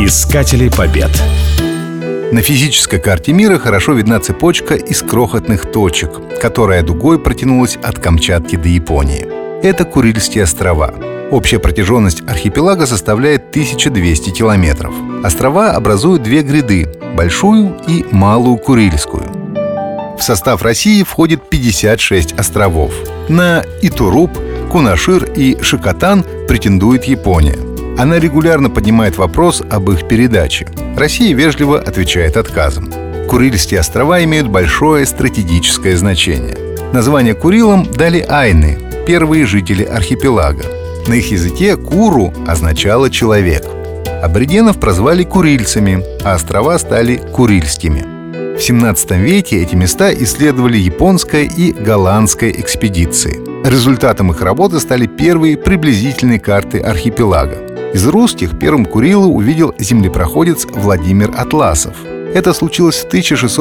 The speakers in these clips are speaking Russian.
Искатели побед. На физической карте мира хорошо видна цепочка из крохотных точек, которая дугой протянулась от Камчатки до Японии. Это Курильские острова. Общая протяженность архипелага составляет 1200 километров. Острова образуют две гряды – Большую и Малую Курильскую. В состав России входит 56 островов. На Итуруп, Кунашир и Шикотан претендует Япония. Она регулярно поднимает вопрос об их передаче. Россия вежливо отвечает отказом. Курильские острова имеют большое стратегическое значение. Название Курилам дали айны, первые жители архипелага. На их языке «куру» означало «человек». Аборигенов прозвали курильцами, а острова стали Курильскими. В 17 веке эти места исследовали японская и голландская экспедиции. Результатом их работы стали первые приблизительные карты архипелага. Из русских первым Курилы увидел землепроходец Владимир Атласов. Это случилось в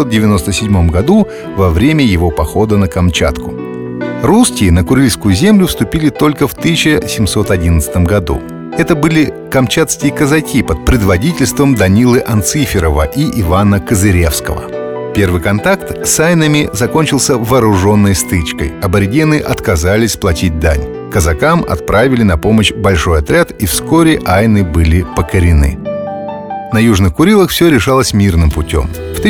1697 году во время его похода на Камчатку. Русские на Курильскую землю вступили только в 1711 году. Это были камчатские казаки под предводительством Данилы Анциферова и Ивана Козыревского. Первый контакт с айнами закончился вооруженной стычкой. Аборигены отказались платить дань. Казакам отправили на помощь большой отряд, и вскоре айны были покорены. На Южных Курилах все решалось мирным путем. В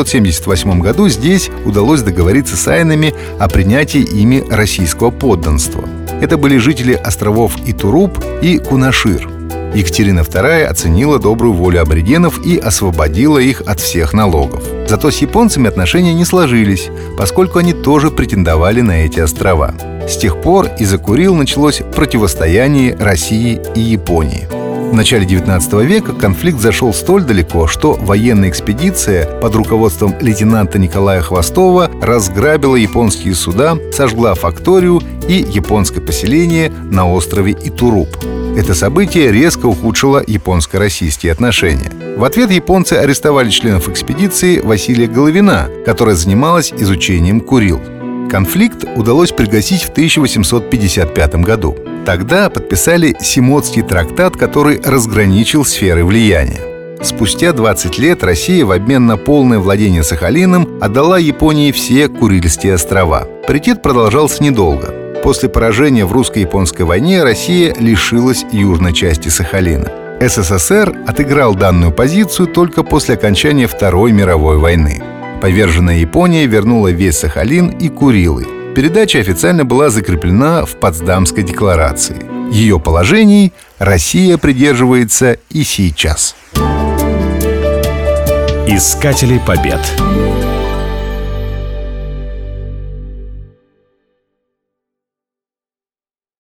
1778 году здесь удалось договориться с айнами о принятии ими российского подданства. Это были жители островов Итуруп и Кунашир. Екатерина II оценила добрую волю аборигенов и освободила их от всех налогов. Зато с японцами отношения не сложились, поскольку они тоже претендовали на эти острова. С тех пор из-за Курил началось противостояние России и Японии. В начале XIX века конфликт зашел столь далеко, что военная экспедиция под руководством лейтенанта Николая Хвостова разграбила японские суда, сожгла факторию и японское поселение на острове Итуруп. Это событие резко ухудшило японско-российские отношения. В ответ японцы арестовали членов экспедиции Василия Головина, которая занималась изучением Курил. Конфликт удалось пригасить в 1855 году. Тогда подписали Симотский трактат, который разграничил сферы влияния. Спустя 20 лет Россия в обмен на полное владение Сахалином отдала Японии все Курильские острова. Паритет продолжался недолго. После поражения в русско-японской войне Россия лишилась южной части Сахалина. СССР отыграл данную позицию только после окончания Второй мировой войны. Поверженная Япония вернула весь Сахалин и Курилы. Передача официально была закреплена в Потсдамской декларации. Ее положений Россия придерживается и сейчас. Искатели побед.